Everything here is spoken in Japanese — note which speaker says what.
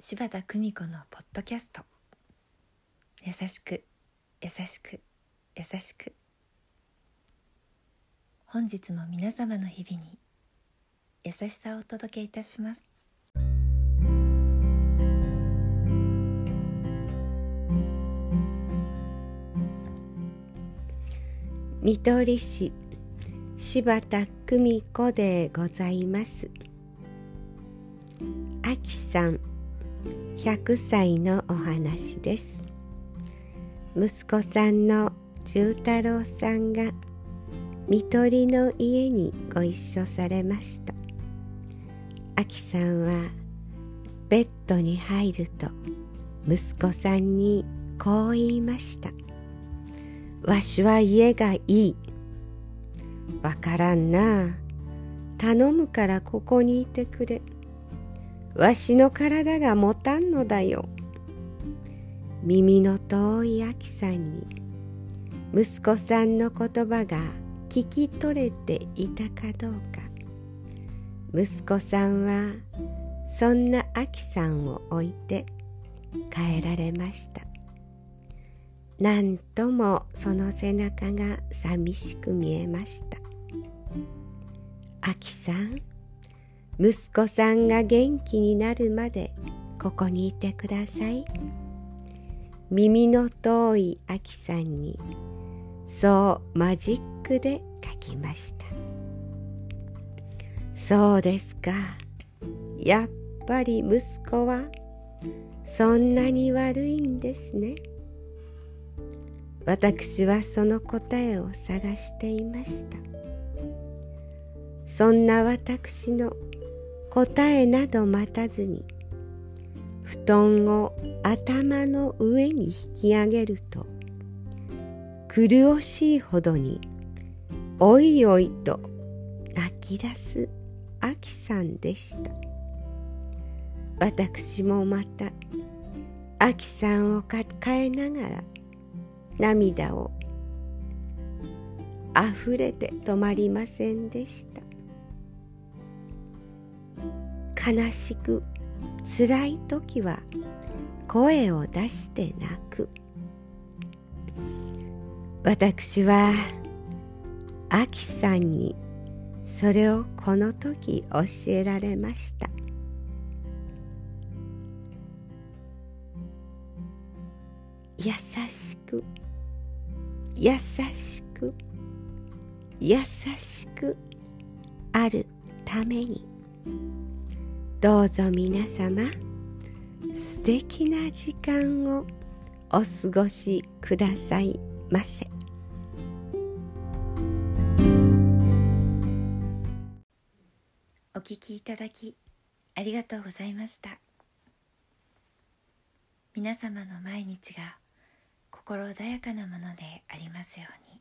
Speaker 1: 柴田久美子のポッドキャスト。優しく優しく優しく。本日も皆様の日々に優しさをお届けいたします。
Speaker 2: 見取り師柴田久美子でございます。あきさん100歳のお話です。息子さんの重太郎さんが見取りの家にご一緒されました。あきさんはベッドに入ると息子さんにこう言いました。わしは家がいい。わからんな。頼むからここにいてくれ。わしの体が持たんのだよ。耳の遠いあきさんに息子さんの言葉が聞き取れていたかどうか。息子さんはそんなあきさんを置いて帰られました。なんともその背中が寂しく見えました。あきさん、息子さんが元気になるまでここにいてください。耳の遠いあきさんにそうマジックで書きました。そうですか。やっぱり息子はそんなに悪いんですね。私はその答えを探していました。そんな私の答えなど待たずに、布団を頭の上に引き上げると、苦しいほどにおいおいと泣き出すあきさんでした。私もまたあきさんを抱えながら涙をあふれて止まりませんでした。悲しく辛い時は声を出して泣く。私はあきさんにそれをこの時教えられました。優しく優しく優しくあるために、どうぞ皆様素敵な時間をお過ごしくださいませ。
Speaker 1: お聞きいただきありがとうございました。皆様の毎日が心穏やかなものでありますように。